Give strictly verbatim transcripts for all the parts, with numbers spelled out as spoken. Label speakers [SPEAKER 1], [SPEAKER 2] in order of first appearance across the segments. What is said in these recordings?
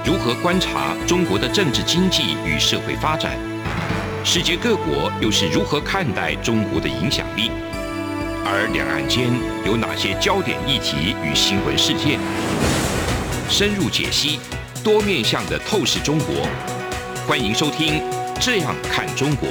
[SPEAKER 1] 如何观察中国的政治经济与社会发展？世界各国又是如何看待中国的影响力？而两岸间有哪些焦点议题与新闻事件？深入解析，多面向的透视中国。欢迎收听《这样看中国》。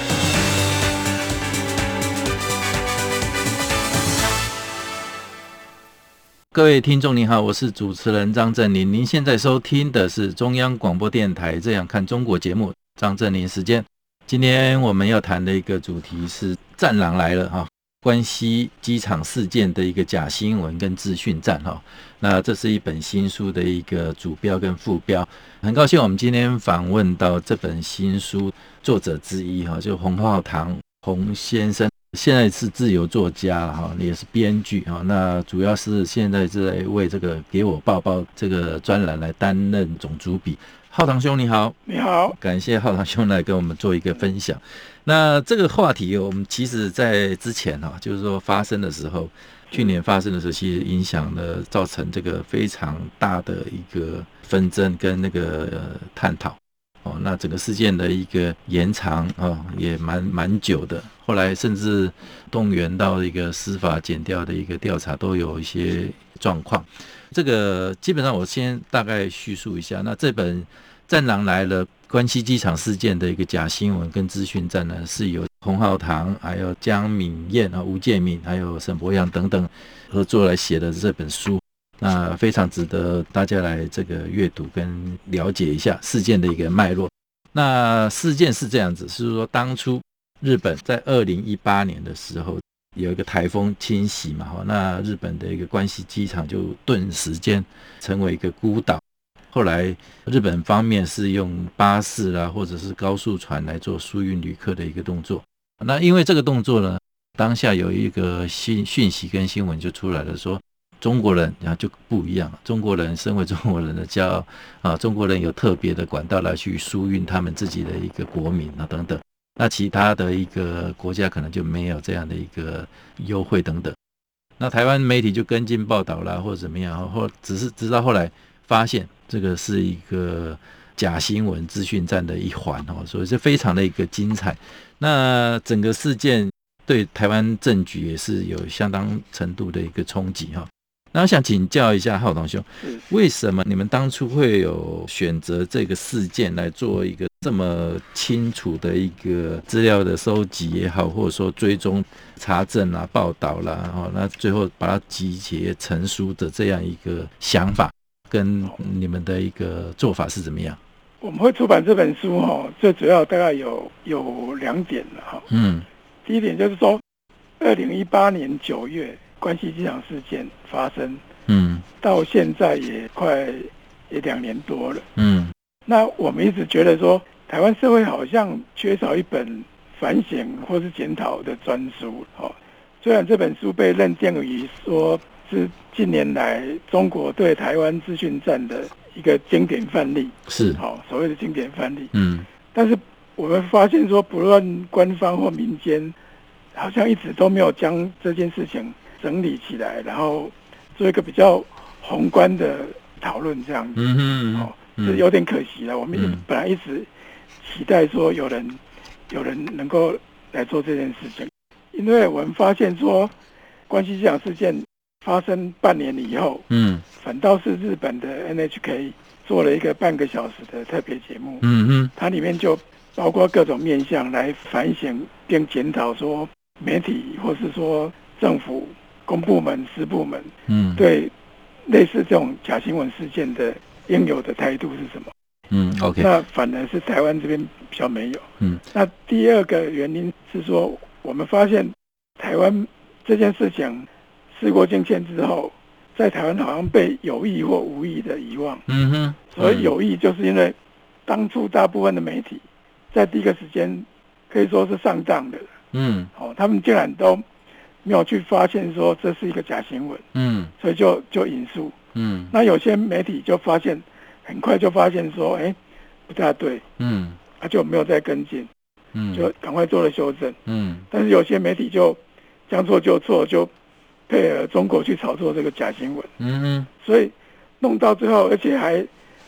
[SPEAKER 2] 各位听众您好，我是主持人张正霖。您现在收听的是中央广播电台《这样看中国》节目，张正霖时间。今天我们要谈的一个主题是战狼来了哈，关西机场事件的一个假新闻跟资讯战哈。那这是一本新书的一个主标跟副标。很高兴我们今天访问到这本新书作者之一哈，就洪浩堂洪先生。现在是自由作家哈，也是编剧哈。那主要是现在是在为这个给我抱抱这个专栏来担任总主笔。浩堂兄你好。
[SPEAKER 3] 你好，
[SPEAKER 2] 感谢浩堂兄来跟我们做一个分享。那这个话题我们其实在之前哈，就是说发生的时候，去年发生的时候，其实影响了，造成这个非常大的一个纷争跟那个、呃、探讨。哦，那整个事件的一个延长哦，也蛮蛮久的。后来甚至动员到一个司法检调的一个调查，都有一些状况。这个基本上我先大概叙述一下。那这本《战狼来了》关西机场事件的一个假新闻跟资讯战呢，是由洪浩堂、还有江敏燕啊、吴建敏、还有沈伯洋等等合作来写的这本书。那非常值得大家来这个阅读跟了解一下事件的一个脉络。那事件是这样子，是说当初日本在二零一八年的时候有一个台风侵袭嘛，那日本的一个关西机场就顿时间成为一个孤岛。后来日本方面是用巴士啦或者是高速船来做疏运旅客的一个动作。那因为这个动作呢，当下有一个讯讯息跟新闻就出来了，说中国人然后就不一样，中国人身为中国人的骄傲啊，中国人有特别的管道来去疏运他们自己的一个国民啊等等。那其他的一个国家可能就没有这样的一个优惠等等。那台湾媒体就跟进报道啦，或者怎么样，或只是直到后来发现这个是一个假新闻资讯战的一环哦，所以是非常的一个精彩。那整个事件对台湾政局也是有相当程度的一个冲击哈。那我想请教一下浩堂兄，为什么你们当初会有选择这个事件来做一个这么清楚的一个资料的收集也好，或者说追踪查证啊、报道啦，哦，那最后把它集结成书的这样一个想法，跟你们的一个做法是怎么样？
[SPEAKER 3] 我们会出版这本书哈，最主要大概有有两点了哈。嗯，第一点就是说，二零一八年九月。关西机场事件发生，嗯，到现在也快也两年多了，嗯，那我们一直觉得说，台湾社会好像缺少一本反省或是检讨的专书，哦，虽然这本书被认定于说是近年来中国对台湾资讯战的一个经典范例，
[SPEAKER 2] 是，
[SPEAKER 3] 好，所谓的经典范例，
[SPEAKER 2] 嗯，
[SPEAKER 3] 但是我们发现说，不论官方或民间，好像一直都没有将这件事情整理起来，然后做一个比较宏观的讨论，这样子，嗯嗯哦，是有点可惜了。我们本来一直期待说有人有人能够来做这件事情，因为我们发现说，关西机场事件发生半年以后，嗯，反倒是日本的 N H K 做了一个半个小时的特别节目，嗯嗯，它里面就包括各种面向来反省并检讨说媒体或是说政府。公部门、私部门，嗯，对类似这种假新闻事件的应有的态度是什么？
[SPEAKER 2] 嗯 ，OK，
[SPEAKER 3] 那反而是台湾这边比较没有。嗯，那第二个原因是说，我们发现台湾这件事情事过境迁之后，在台湾好像被有意或无意的遗忘。嗯哼，所以有意就是因为当初大部分的媒体在第一个时间可以说是上当的。嗯，哦，他们竟然都没有去发现说这是一个假新闻，嗯，所以就就引述，嗯，那有些媒体就发现，很快就发现说，哎，不大对，嗯，他、啊、就没有再跟进，嗯，就赶快做了修正，嗯，但是有些媒体就将错就错，就配合中国去炒作这个假新闻，嗯嗯，所以弄到最后，而且还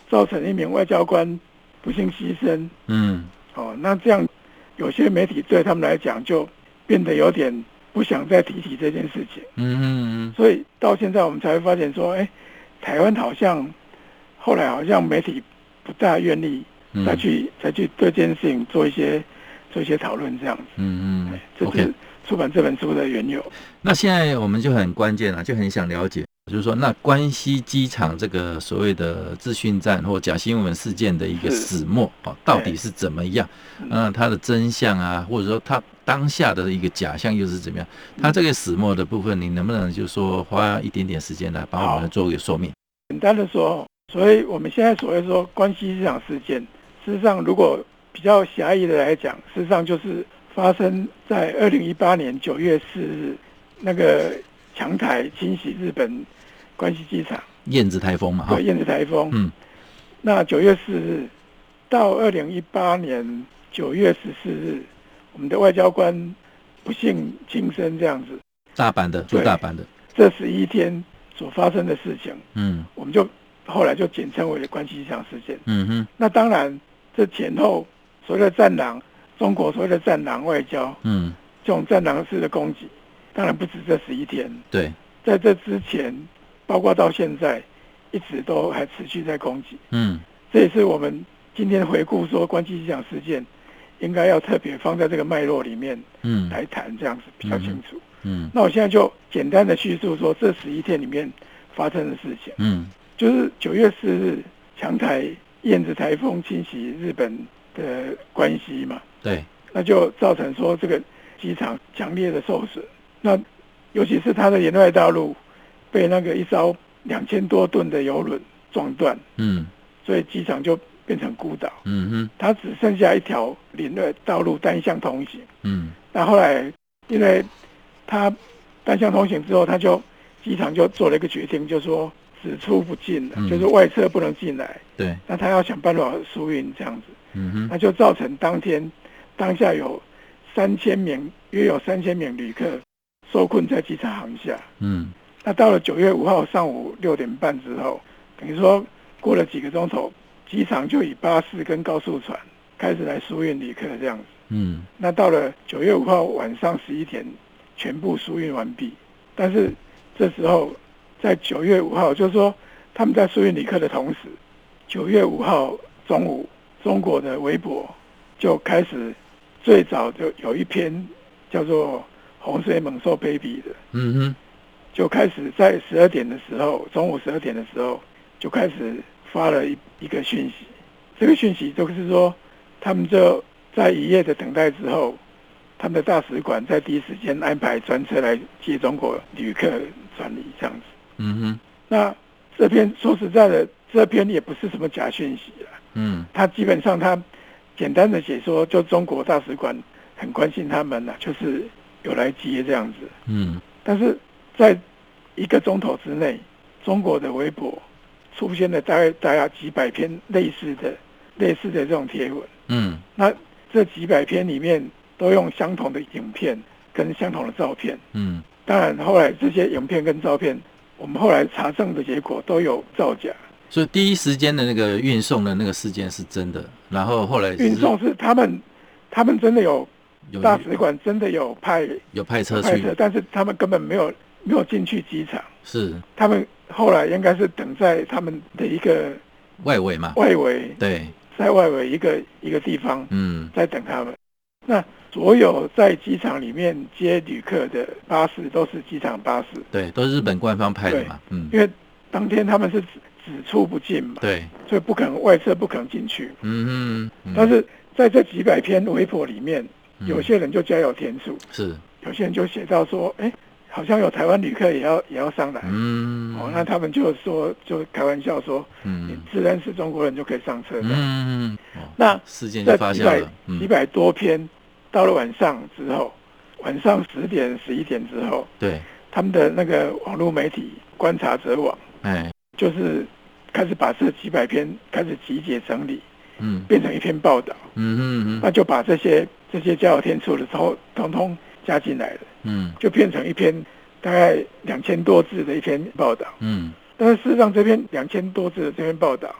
[SPEAKER 3] 造成一名外交官不幸牺牲。
[SPEAKER 2] 嗯，
[SPEAKER 3] 哦，那这样有些媒体对他们来讲就变得有点不想再提起这件事情。
[SPEAKER 2] 嗯嗯嗯，
[SPEAKER 3] 所以到现在我们才会发现说，哎，台湾好像后来好像媒体不大愿意再去、嗯、再去对这件事情做一些做一些讨论这样子。
[SPEAKER 2] 嗯嗯，
[SPEAKER 3] 这是出版这本书的缘由。
[SPEAKER 2] 那现在我们就很关键了，就很想了解，就是说，那关西机场这个所谓的资讯战或假新闻事件的一个始末啊，到底是怎么样？嗯，它的真相啊，或者说它当下的一个假象又是怎么样？它这个始末的部分，你能不能就说花一点点时间来帮我们做一个说明？
[SPEAKER 3] 简单的说，所以我们现在所谓说关西机场事件，事实上如果比较狭义的来讲，事实上就是发生在二零一八年九月四日，那个强台侵袭日本关西机场，
[SPEAKER 2] 燕子台风嘛，
[SPEAKER 3] 对，燕子台风。
[SPEAKER 2] 嗯，
[SPEAKER 3] 那九月四日到二零一八年九月十四日，我们的外交官不幸轻生，这样子。
[SPEAKER 2] 大阪的，住大阪的，
[SPEAKER 3] 这十一天所发生的事情，
[SPEAKER 2] 嗯，
[SPEAKER 3] 我们就后来就简称为关西机场事件。
[SPEAKER 2] 嗯哼，
[SPEAKER 3] 那当然，这前后所谓的战狼，中国所谓的战狼外交，
[SPEAKER 2] 嗯，
[SPEAKER 3] 这种战狼式的攻击，当然不止这十一天。
[SPEAKER 2] 对，
[SPEAKER 3] 在这之前，包括到现在，一直都还持续在攻击。
[SPEAKER 2] 嗯，
[SPEAKER 3] 这也是我们今天回顾说关西机场事件，应该要特别放在这个脉络里面，嗯，来谈，这样子比较清楚。嗯，那我现在就简单的叙述说这十一天里面发生的事情。嗯，就是九月四日强台燕子台风侵袭日本的关西嘛，
[SPEAKER 2] 对，
[SPEAKER 3] 那就造成说这个机场强烈的受损。那尤其是它的沿外道路被那个一艘两千多吨的邮轮撞断，嗯，所以机场就变成孤岛。嗯哼，它只剩下一条连外道路单向通行。嗯，那后来因为它单向通行之后，它就机场就做了一个决定，就说只出不进了，嗯，就是外侧不能进来。
[SPEAKER 2] 对，
[SPEAKER 3] 那他要想办法疏运这样子。嗯哼，那就造成当天当下有三千名约有三千名旅客受困在机场航厦。嗯，那到了九月五号上午六点半之后，等于说过了几个钟头，机场就以巴士跟高速船开始来疏运旅客这样子。嗯，那到了九月五号晚上十一点，全部疏运完毕。但是这时候在九月五号，就是说他们在疏运旅客的同时，九月五号中午，中国的微博就开始最早就有一篇叫做洪水猛兽 baby 的，嗯哼，就开始在十二点的时候，中午十二点的时候就开始发了一一个讯息。这个讯息就是说，他们就在一夜的等待之后，他们的大使馆在第一时间安排专车来接中国旅客转移这样子。嗯哼，那这篇说实在的，这篇也不是什么假讯息啦。嗯，他基本上他简单的解说，就中国大使馆很关心他们啦，就是有来接这样子。嗯，但是在一个钟头之内，中国的微博出现了大概大概几百篇类似的类似的这种贴文。嗯，那这几百篇里面都用相同的影片跟相同的照片。嗯，当然后来这些影片跟照片，我们后来查证的结果都有造假。
[SPEAKER 2] 所以第一时间的那个运送的那个事件是真的，然后后来
[SPEAKER 3] 运送是他们他们真的有大使馆真的有派
[SPEAKER 2] 有派车去，
[SPEAKER 3] 但是他们根本没有没有进去机场，
[SPEAKER 2] 是他
[SPEAKER 3] 们后来应该是等在他们的一个
[SPEAKER 2] 外围嘛，
[SPEAKER 3] 外围，
[SPEAKER 2] 对，
[SPEAKER 3] 在外围一个一个地方，嗯，在等他们。那所有在机场里面接旅客的巴士都是机场巴士，
[SPEAKER 2] 对，都是日本官方派的嘛，
[SPEAKER 3] 嗯，因为当天他们是只出不进嘛，
[SPEAKER 2] 对，
[SPEAKER 3] 所以不可能外侧不可能进去。嗯嗯，但是在这几百篇微博里面，嗯、有些人就加有填数，
[SPEAKER 2] 是，
[SPEAKER 3] 有些人就写到说，哎，好像有台湾旅客也要也要上来，嗯，哦，那他们就说就开玩笑说，嗯，你自然是中国人就可以上车的，
[SPEAKER 2] 嗯，
[SPEAKER 3] 哦、那
[SPEAKER 2] 事件就发酵了，
[SPEAKER 3] 嗯、几百多篇，到了晚上之后，晚上十点十一点之后，
[SPEAKER 2] 对，
[SPEAKER 3] 他们的那个网络媒体观察者网，哎，就是开始把这几百篇开始集结整理，嗯，变成一篇报道，嗯嗯嗯，那就把这些这些加有天数的通通通加进来了，嗯，就变成一篇大概两千多字的一篇报道，嗯，但是事实上这篇两千多字的这篇报道，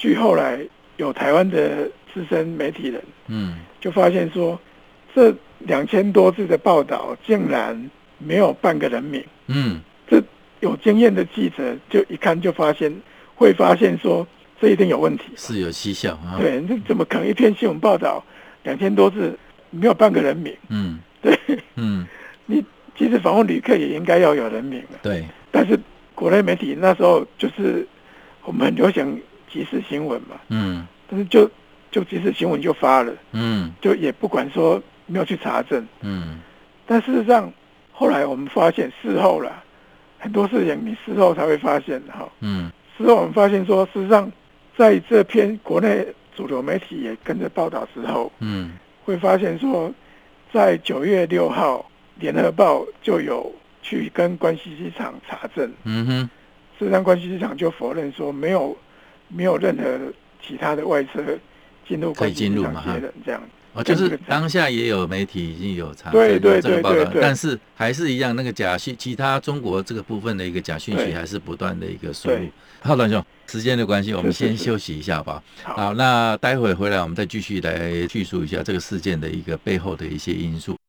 [SPEAKER 3] 据后来有台湾的资深媒体人，嗯，就发现说，这两千多字的报道竟然没有半个人名，嗯，这有经验的记者就一看就发现，会发现说这一定有问题，
[SPEAKER 2] 是有蹊跷啊。
[SPEAKER 3] 对，这怎么可能一篇新闻报道两千多字没有半个人名？嗯，对，嗯，你即使访问旅客也应该要有人名了，
[SPEAKER 2] 对。
[SPEAKER 3] 但是国内媒体那时候就是我们很流行即时新闻嘛，嗯，但是就就即时新闻就发了，嗯，就也不管说没有去查证，嗯，但事实上后来我们发现事后啦，很多事情你事后才会发现哈，嗯，事后我们发现说，事实上在这篇国内主流媒体也跟着报道之后，嗯，会发现说，在九月六号，联合报就有去跟关西机场查证，嗯哼，事实上关西机场就否认说没有没有任何其他的外车进入关西机场接人这样。
[SPEAKER 2] 哦，就是当下也有媒体已经有查证这个报道，但是还是一样，那个假讯，其他中国这个部分的一个假讯息还是不断的一个输入。好，段兄，时间的关系，我们先休息一下吧。是是是好，那待会回来我们再继续来叙述一下这个事件的一个背后的一些因素。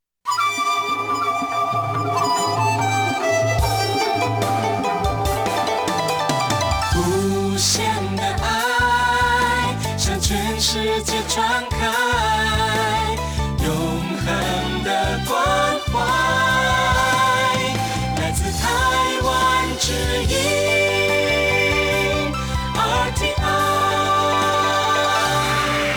[SPEAKER 4] 无限的爱向全世界传开，永恒的关怀来自台湾之音 R T I。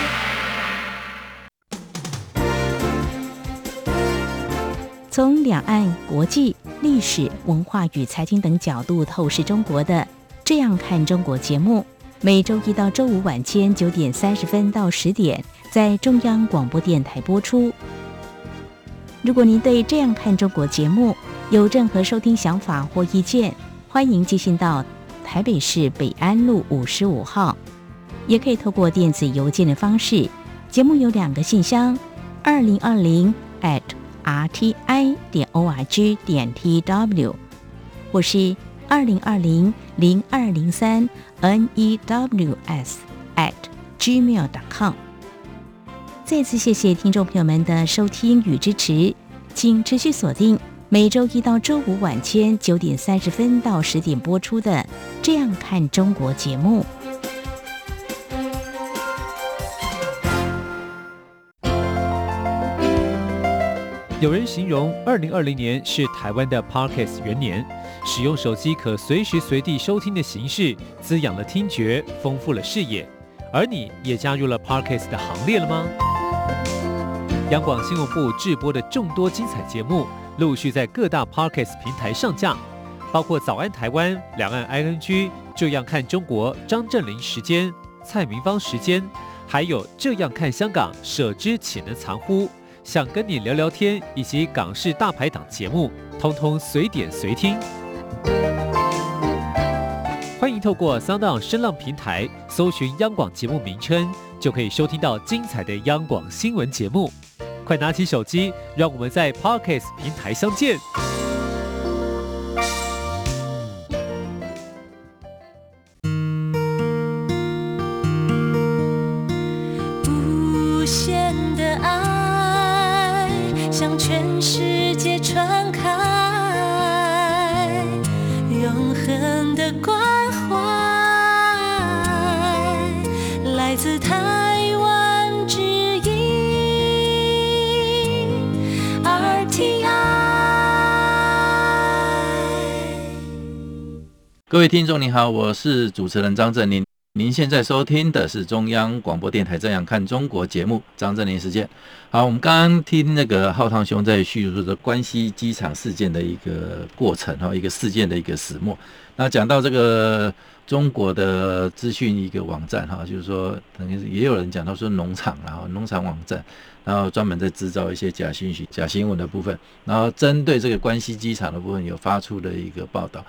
[SPEAKER 5] 从两岸、国际、历史、文化与财经等角度透视中国的这样看中国节目，每周一到周五晚间九点三十分到十点在中央广播电台播出。如果您对这样看中国节目有任何收听想法或意见，欢迎寄信到台北市北安路五十五号，也可以透过电子邮件的方式。节目有两个信箱：二零二零 at r t i 点 o r g 点 t w， 或是二零二零零二零三 n e w s at gmail dot com。 再次谢谢听众朋友们的收听与支持，请持续锁定每周一到周五晚间九点三十分到十点播出的《这样看中国》节目。
[SPEAKER 6] 有人形容二零二零年是台湾的 Podcast 元年，使用手机可随时随地收听的形式，滋养了听觉，丰富了视野。而你也加入了 Podcast 的行列了吗？央广新闻部制播的众多精彩节目，陆续在各大 Podcast 平台上架，包括早安台湾、两岸 I N G、这样看中国、张振霖时间、蔡明芳时间，还有这样看香港、舍之岂能藏乎？想跟你聊聊天，以及港式大排档节目，通通随点随听。欢迎透过 SoundOn 声浪平台搜寻央广节目名称，就可以收听到精彩的央广新闻节目。快拿起手机，让我们在 Podcast 平台相见。
[SPEAKER 4] 无限的爱向全世界传开，永恒的关怀来自台湾之音 R T I。
[SPEAKER 2] 各位听众您好，我是主持人张振霖。您现在收听的是中央广播电台《这样看中国》节目，张振霖时间。好，我们刚刚听那个浩汤兄在叙述的关西机场事件的一个过程，一个事件的一个始末。那讲到这个中国的资讯一个网站，就是说等于也有人讲到说农场，然后农场网站，然后专门在制造一些假信息、假新闻的部分，然后针对这个关西机场的部分有发出的一个报道。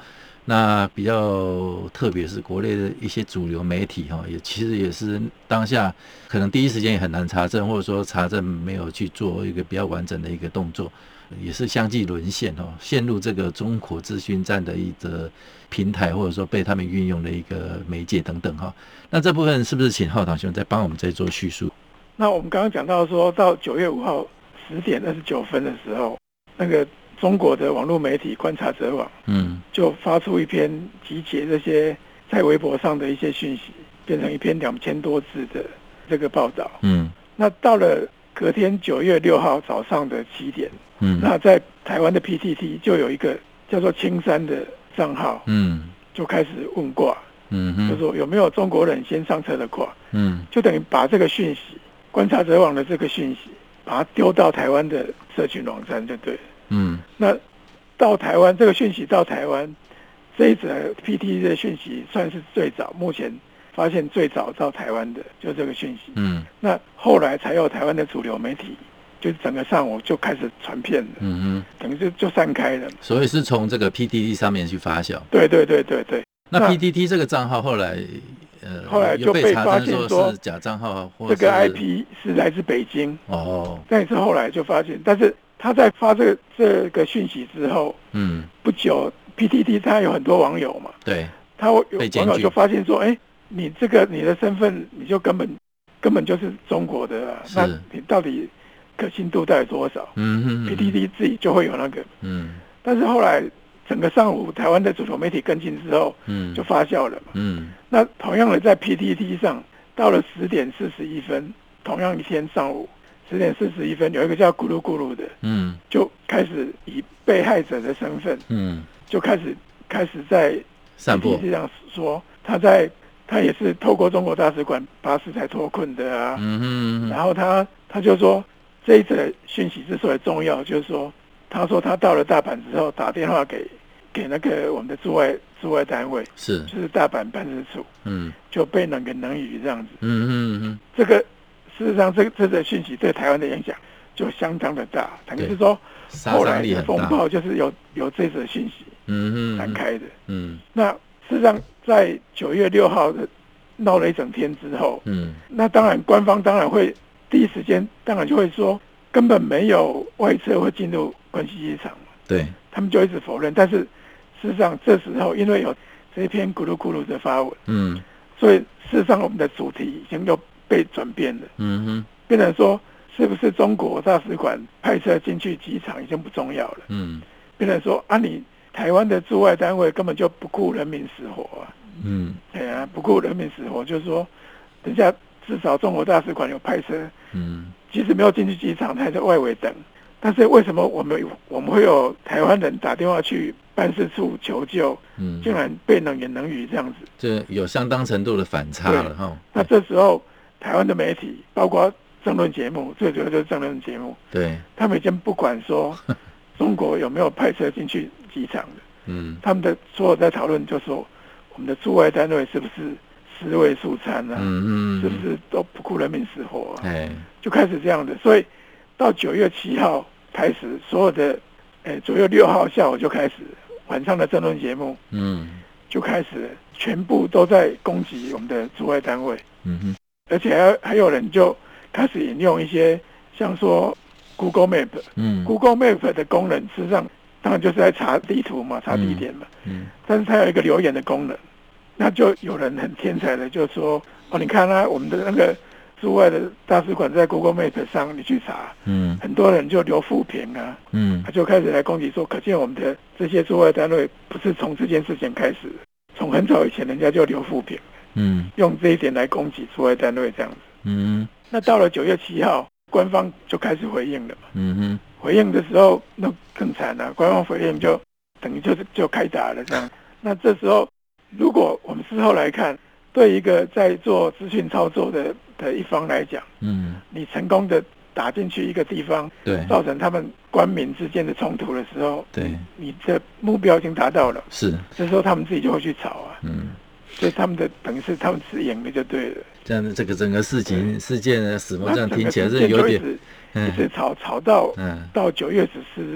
[SPEAKER 2] 那比较特别是国内的一些主流媒体哈，也其实也是当下可能第一时间也很难查证，或者说查证没有去做一个比较完整的一个动作，也是相继沦陷哦，陷入这个中国资讯战的一个平台，或者说被他们运用的一个媒介等等哈。那这部分是不是请浩堂兄再帮我们再做叙述？
[SPEAKER 3] 那我们刚刚讲到说到九月五号十点二十九分的时候，那个中国的网络媒体观察者网，嗯，就发出一篇集结这些在微博上的一些讯息，变成一篇两千多字的这个报道，嗯，那到了隔天九月六号早上的七点，嗯，那在台湾的 P T T 就有一个叫做青山的账号，嗯，就开始问卦，嗯，就说有没有中国人先上车的卦，嗯，就等于把这个讯息观察者网的这个讯息，把它丢到台湾的社群网站就对了。嗯，那到台湾这个讯息到台湾，这一则 P T T 的讯息算是最早，目前发现最早到台湾的就这个讯息。嗯，那后来才有台湾的主流媒体，就整个上午就开始传遍了。嗯嗯，等于就就散开了。
[SPEAKER 2] 所以是从这个 P T T 上面去发酵。
[SPEAKER 3] 对对对对对。
[SPEAKER 2] 那 P T T 这个账号后来呃，
[SPEAKER 3] 后来就被发现说
[SPEAKER 2] 是假账号，或
[SPEAKER 3] 这个 I P 是来自北京。哦，但是后来就发现，但是他在发这个这个讯息之后，嗯，不久 P T T 他有很多网友嘛，
[SPEAKER 2] 对，
[SPEAKER 3] 他有网友就发现说，哎，你这个你的身份你就根本根本就是中国的啊，那你到底可信度到底多少？嗯哼 ，P T T 自己就会有那个，嗯，但是后来整个上午台湾的主流媒体跟进之后，嗯，就发酵了嘛，嗯，那同样的在 P T T 上，到了十点四十一分，同样一天上午。十点四十一分，有一个叫咕噜咕噜的，嗯，就开始以被害者的身份，嗯，就开始开始在
[SPEAKER 2] 散播
[SPEAKER 3] 这样说，他在他也是透过中国大使馆把事才脱困的啊，嗯哼，然后他他就说这一则讯息之所以重要，就是说他说他到了大阪之后打电话给给那个我们的驻外驻外单位，
[SPEAKER 2] 是
[SPEAKER 3] 就是大阪办事处，嗯，就被冷言冷语这样子，嗯嗯嗯，这个。事实上，这个这个讯息对台湾的影响就相当的大，等于是说，后来的风暴就是有有这则讯息嗯展开的。嗯，那事实上在九月六号的闹了一整天之后，嗯，那当然官方当然会第一时间当然就会说根本没有外车会进入关西机场嘛，
[SPEAKER 2] 对，
[SPEAKER 3] 他们就一直否认。但是事实上这时候因为有这一篇咕噜咕噜的发文，嗯，所以事实上我们的主题已经又被转变了，嗯哼，变成说是不是中国大使馆派车进去机场已经不重要了，嗯，变成说啊，你台湾的驻外单位根本就不顾人民死活啊，嗯，哎呀，不顾人民死活，就是说，等下至少中国大使馆有派车，嗯，即使没有进去机场，他还在外围等，但是为什么我们我们会有台湾人打电话去办事处求救，嗯，竟然被冷言冷语这样子，
[SPEAKER 2] 这有相当程度的反差了哈。
[SPEAKER 3] 那这时候。台湾的媒体，包括政论节目，最主要就是政论节目，
[SPEAKER 2] 对，
[SPEAKER 3] 他们已经不管说中国有没有派车进去机场的，嗯，他们的所有在讨论就说我们的驻外单位是不是尸位素餐啊，嗯嗯，是不是都不顾人民死活啊，哎，就开始这样的，所以到九月七号开始，所有的，哎，九月六号下午就开始晚上的政论节目，嗯，就开始全部都在攻击我们的驻外单位，嗯哼。而且还还有人就开始引用一些像说 Google Map， 嗯 ，Google Map 的功能，事实上当然就是在查地图嘛，查地点嘛，嗯，嗯但是它有一个留言的功能，那就有人很天才的就说，哦，你看啊，我们的那个驻外的大使馆在 Google Map 上，你去查，嗯，很多人就留负评啊，嗯，他就开始来攻击说，可见我们的这些驻外单位不是从这件事情开始，从很早以前人家就留负评。嗯，用这一点来攻击驻外单位这样子。嗯，那到了九月七号，官方就开始回应了嘛。嗯哼，回应的时候那更惨了，官方回应就等于就是就开打了这样。那这时候，如果我们事后来看，对一个在做资讯操作的的一方来讲，嗯，你成功的打进去一个地方，
[SPEAKER 2] 对，
[SPEAKER 3] 造成他们官民之间的冲突的时候，
[SPEAKER 2] 对，
[SPEAKER 3] 你的目标已经达到了，
[SPEAKER 2] 是，
[SPEAKER 3] 这时候他们自己就会去吵啊。嗯。所以他们的等于是他们是赢了就对了。
[SPEAKER 2] 这样的这个整个事情事件的始末，这样听起来是有点，
[SPEAKER 3] 一直吵吵到嗯到九月十四日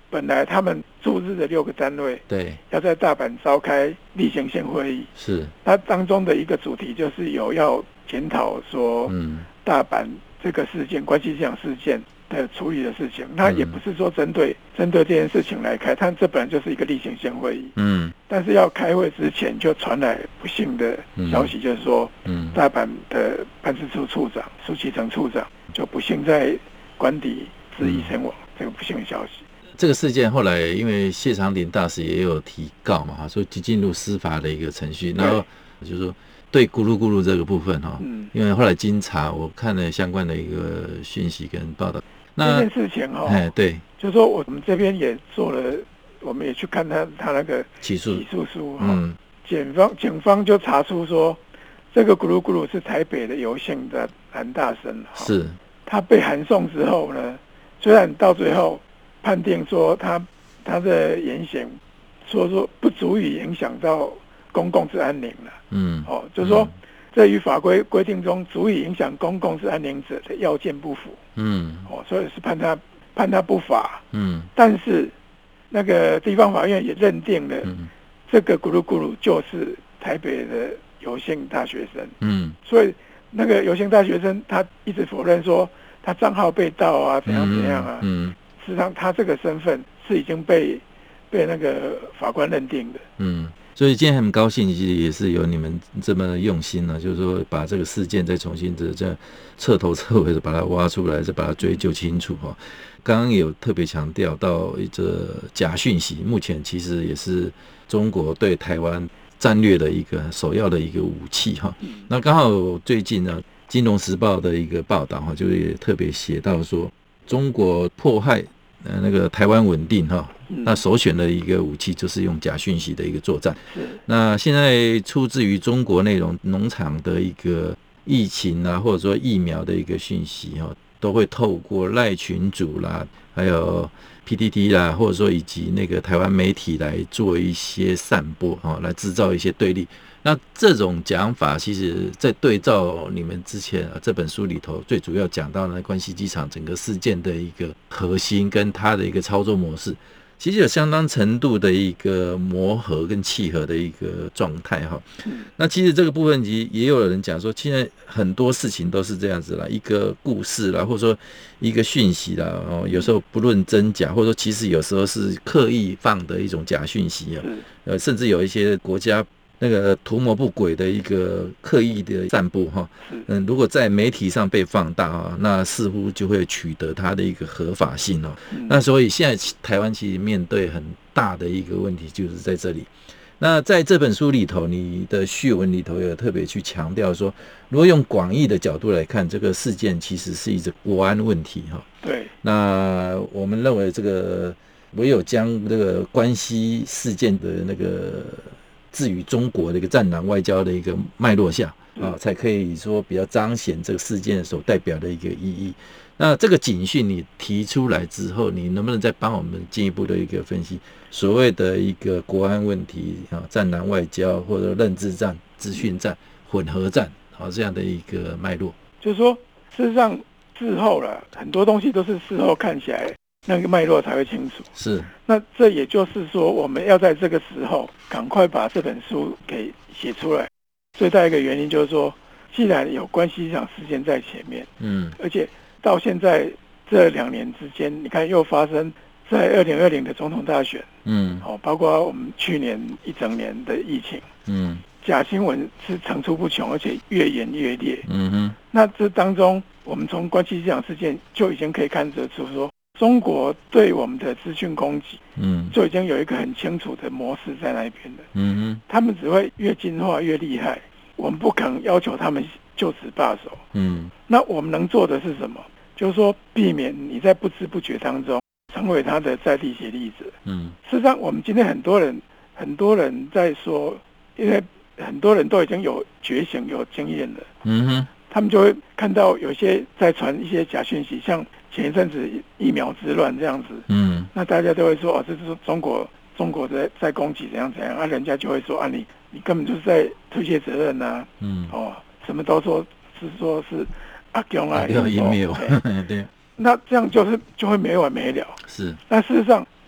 [SPEAKER 3] 本来他们驻日的六个单位
[SPEAKER 2] 对，
[SPEAKER 3] 要在大阪召开例行性会议，
[SPEAKER 2] 是，
[SPEAKER 3] 它当中的一个主题就是有要检讨说
[SPEAKER 2] 嗯，
[SPEAKER 3] 大阪这个事件、关系机场事件的处理的事情。那也不是说针对针对这件事情来开，它这本来就是一个例行性会议。
[SPEAKER 2] 嗯，
[SPEAKER 3] 但是要开会之前就传来不幸的消息，就是说，
[SPEAKER 2] 嗯，
[SPEAKER 3] 大阪的办事处处长苏启成处长就不幸在官邸自缢身亡，这个不幸的消息。
[SPEAKER 2] 这个事件后来因为谢长廷大使也有提告嘛，说进入司法的一个程序，然后就是说对咕噜咕噜这个部分哈，嗯，因为后来经查，我看了相关的一个讯息跟报道。
[SPEAKER 3] 那这件事情哈，
[SPEAKER 2] 哎，对，
[SPEAKER 3] 就是说我们这边也做了，我们也去看他他那个
[SPEAKER 2] 起诉
[SPEAKER 3] 起诉书，
[SPEAKER 2] 嗯，
[SPEAKER 3] 检方警方就查出说，这个咕噜咕噜是台北的游姓的韩大生，
[SPEAKER 2] 是，
[SPEAKER 3] 他被函送之后呢，虽然到最后判定说他他的言行说说不足以影响到公共之安宁了，嗯，哦，就是说。嗯，这与法规规定中足以影响公共之安宁者的要件不符，嗯，哦，所以是判他判他不法，嗯，但是那个地方法院也认定了，嗯，这个咕噜咕噜就是台北的游姓大学生，嗯，所以那个游姓大学生他一直否认说他账号被盗啊，怎样怎样啊，嗯，事实上他这个身份是已经被被那个法官认定的，嗯。
[SPEAKER 2] 所以今天很高兴，其实也是有你们这么用心呢，就是说把这个事件再重新的这彻头彻尾的把它挖出来，再把它追究清楚哈。刚刚也有特别强调到一个假讯息，目前其实也是中国对台湾战略的一个首要的一个武器哈。那刚好最近呢，《金融时报》的一个报道哈，就是也特别写到说，中国迫害呃那个台湾稳定哈。那首选的一个武器就是用假讯息的一个作战。那现在出自于中国内容农场的一个疫情啊，或者说疫苗的一个讯息哈，都会透过赖群组啦，还有 P T T 啦，或者说以及那个台湾媒体来做一些散播啊，来制造一些对立。那这种讲法，其实在对照你们之前、啊、这本书里头最主要讲到的关西机场整个事件的一个核心跟它的一个操作模式。其实有相当程度的一个磨合跟契合的一个状态哈。那其实这个部分其实也有人讲说，现在很多事情都是这样子啦，一个故事啦，或者说一个讯息啦，哦，有时候不论真假，或者说其实有时候是刻意放的一种假讯息啊，呃，甚至有一些国家。那个图谋不轨的一个刻意的散布哈，嗯，如果在媒体上被放大啊，那似乎就会取得它的一个合法性哦。那所以现在台湾其实面对很大的一个问题就是在这里。那在这本书里头，你的序文里头有特别去强调说，如果用广义的角度来看，这个事件其实是一个国安问题哈。
[SPEAKER 3] 对。
[SPEAKER 2] 那我们认为这个唯有将这个关西事件的那个。至于中国的一个战狼外交的一个脉络下啊，才可以说比较彰显这个事件所代表的一个意义。那这个警讯你提出来之后，你能不能再帮我们进一步的一个分析所谓的一个国安问题啊，战狼外交或者认知战、资讯战、混合战啊这样的一个脉络？
[SPEAKER 3] 就是说，事实上事后了很多东西都是事后看起来。那个脉络才会清楚。
[SPEAKER 2] 是，
[SPEAKER 3] 那这也就是说，我们要在这个时候赶快把这本书给写出来。最大一个原因就是说，既然有关系机场事件在前面，嗯，而且到现在这两年之间，你看又发生在二零二零的总统大选，嗯，哦，包括我们去年一整年的疫情，嗯，假新闻是层出不穷，而且越演越烈，嗯哼。那这当中，我们从关系机场事件就已经可以看得出说。中国对我们的资讯攻击，嗯，就已经有一个很清楚的模式在那边的，嗯哼，他们只会越进化越厉害，我们不可能要求他们就此罢手，嗯，那我们能做的是什么？就是说，避免你在不知不觉当中成为他的在地协力者，嗯，事实上，我们今天很多人很多人在说，因为很多人都已经有觉醒、有经验了，嗯哼，他们就会看到有些在传一些假讯息，像。前一阵子疫苗之乱这样子，嗯，那大家都会说哦，这是中国中国在在攻击怎样怎样啊，人家就会说啊，你你根本就是在推卸责任呐、啊，嗯，哦，什么都说是说是阿公啊，
[SPEAKER 2] 有疫苗，
[SPEAKER 3] 对，那这样就是就会没完没了。
[SPEAKER 2] 是，
[SPEAKER 3] 那事实上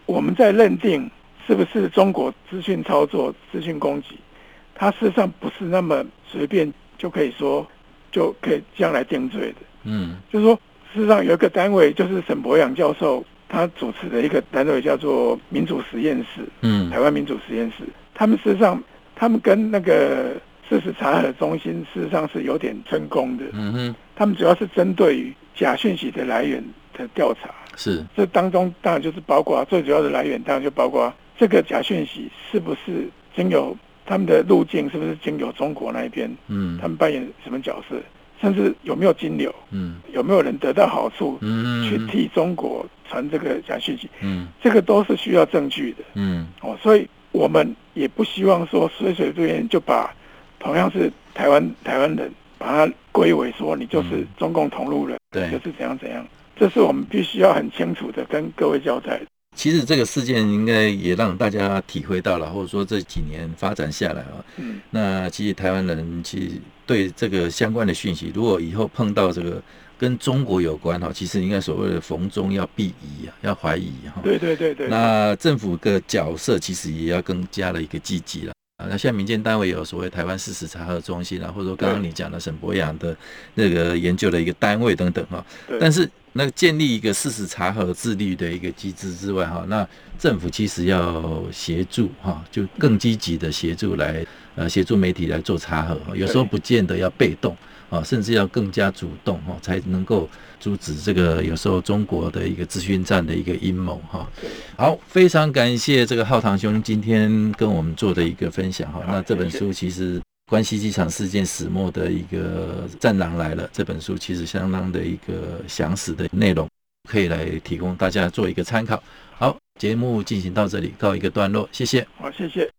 [SPEAKER 3] 我们在认定是不是中国资讯操作、资讯攻击，它事实上不是那么随便就可以说就可以这样来定罪的。
[SPEAKER 2] 嗯，
[SPEAKER 3] 就是说，事实上有一个单位，就是沈伯洋教授他主持的一个单位叫做民主实验室，
[SPEAKER 2] 嗯，
[SPEAKER 3] 台湾民主实验室，他们事实上他们跟那个事实查核中心事实上是有点分工的。
[SPEAKER 2] 嗯哼，他
[SPEAKER 3] 们主要是针对于假讯息的来源的调查，
[SPEAKER 2] 是
[SPEAKER 3] 这当中当然就是包括最主要的来源，当然就包括这个假讯息是不是经由他们的路径，是不是经由中国那一边，嗯，他们扮演什么角色，甚至有没有金流，嗯，有没有人得到好处，嗯，去替中国传这个假讯息，嗯，这个都是需要证据的，嗯，哦，所以我们也不希望说随随便便就把同样是台湾台湾人，把它归为说你就是中共同路人，对，就是怎样怎样，这是我们必须要很清楚的跟各位交代的。
[SPEAKER 2] 其实这个事件应该也让大家体会到了，或者说这几年发展下来啊，嗯，那其实台湾人其实对这个相关的讯息，如果以后碰到这个跟中国有关哈，其实应该所谓的逢中要避疑啊，要怀疑哈。
[SPEAKER 3] 对对对对。
[SPEAKER 2] 那政府的角色其实也要更加的一个积极了。那像民间单位有所谓台湾事实查核中心啊，或者说刚刚你讲的沈伯洋的那个研究的一个单位等等哈。但是那建立一个事实查核自律的一个机制之外哈，那政府其实要协助哈，就更积极的协助来呃协助媒体来做查核，有时候不见得要被动啊，甚至要更加主动哈，才能够阻止这个有时候中国的一个资讯战的一个阴谋哈。好，非常感谢这个浩堂兄今天跟我们做的一个分享哈。那这本书其实关西机场事件始末的一个战狼来了，这本书其实相当的一个详实的内容，可以来提供大家做一个参考。好，节目进行到这里告一个段落，谢谢。
[SPEAKER 3] 好，谢谢。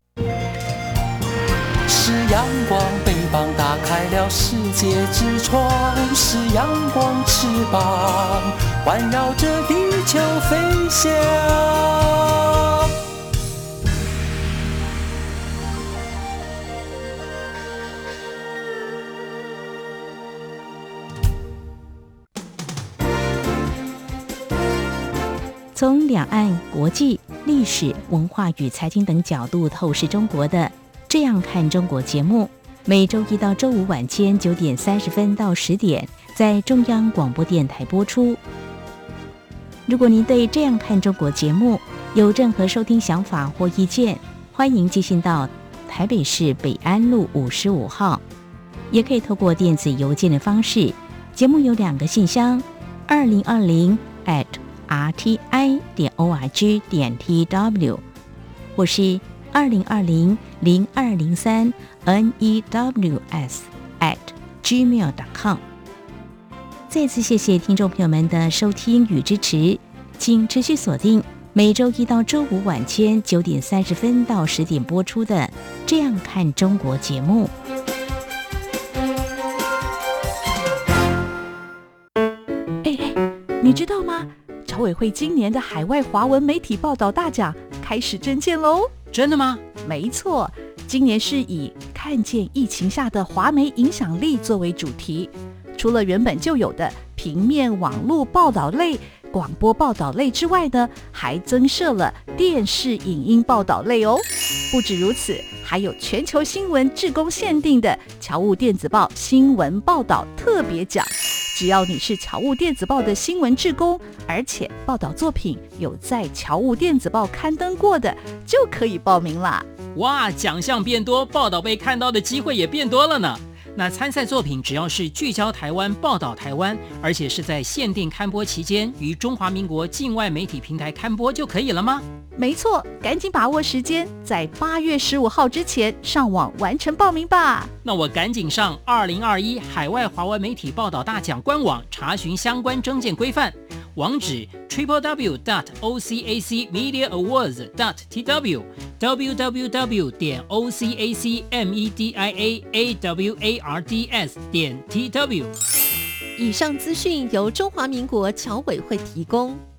[SPEAKER 4] 是阳光，翅膀打开了世界之窗，是阳光翅膀环绕着地球飞翔。
[SPEAKER 5] 从两岸、国际、历史、文化与财经等角度透视中国的《这样看中国》节目，每周一到周五晚间九点三十分到十点，在中央广播电台播出。如果您对《这样看中国》节目有任何收听想法或意见，欢迎寄信到台北市北安路五十五号，也可以透过电子邮件的方式。节目有两个信箱：二零二零 at r t i 点 o r g 点 t w， 或是二零二零零二零三 n e w s at gmail 点 com。 再次谢谢听众朋友们的收听与支持，请持续锁定每周一到周五晚间九点三十分到十点播出的《这样看中国》节目。
[SPEAKER 7] 哎哎，你知道吗？侨委会今年的海外华文媒体报道大奖开始征件喽！
[SPEAKER 8] 真的吗？
[SPEAKER 7] 没错，今年是以看见疫情下的华媒影响力作为主题，除了原本就有的平面网络报道类、广播报道类之外呢，还增设了电视影音报道类哦。不止如此，还有全球新闻志工限定的侨务电子报新闻报道特别奖。只要你是侨务电子报的新闻志工，而且报道作品有在侨务电子报刊登过的，就可以报名啦。
[SPEAKER 8] 哇，奖项变多，报道被看到的机会也变多了呢。那参赛作品只要是聚焦台湾、报道台湾，而且是在限定刊播期间于中华民国境外媒体平台刊播就可以了吗？
[SPEAKER 7] 没错，赶紧把握时间，在八月十五号之前上网完成报名吧。
[SPEAKER 8] 那我赶紧上二零二一海外华文媒体报道大奖官网查询相关征件规范，网址 triple w dot o c a c media awards dot t w w w w 点 o c a c media awards 点 t w。
[SPEAKER 9] 以上资讯由中华民国侨委会提供。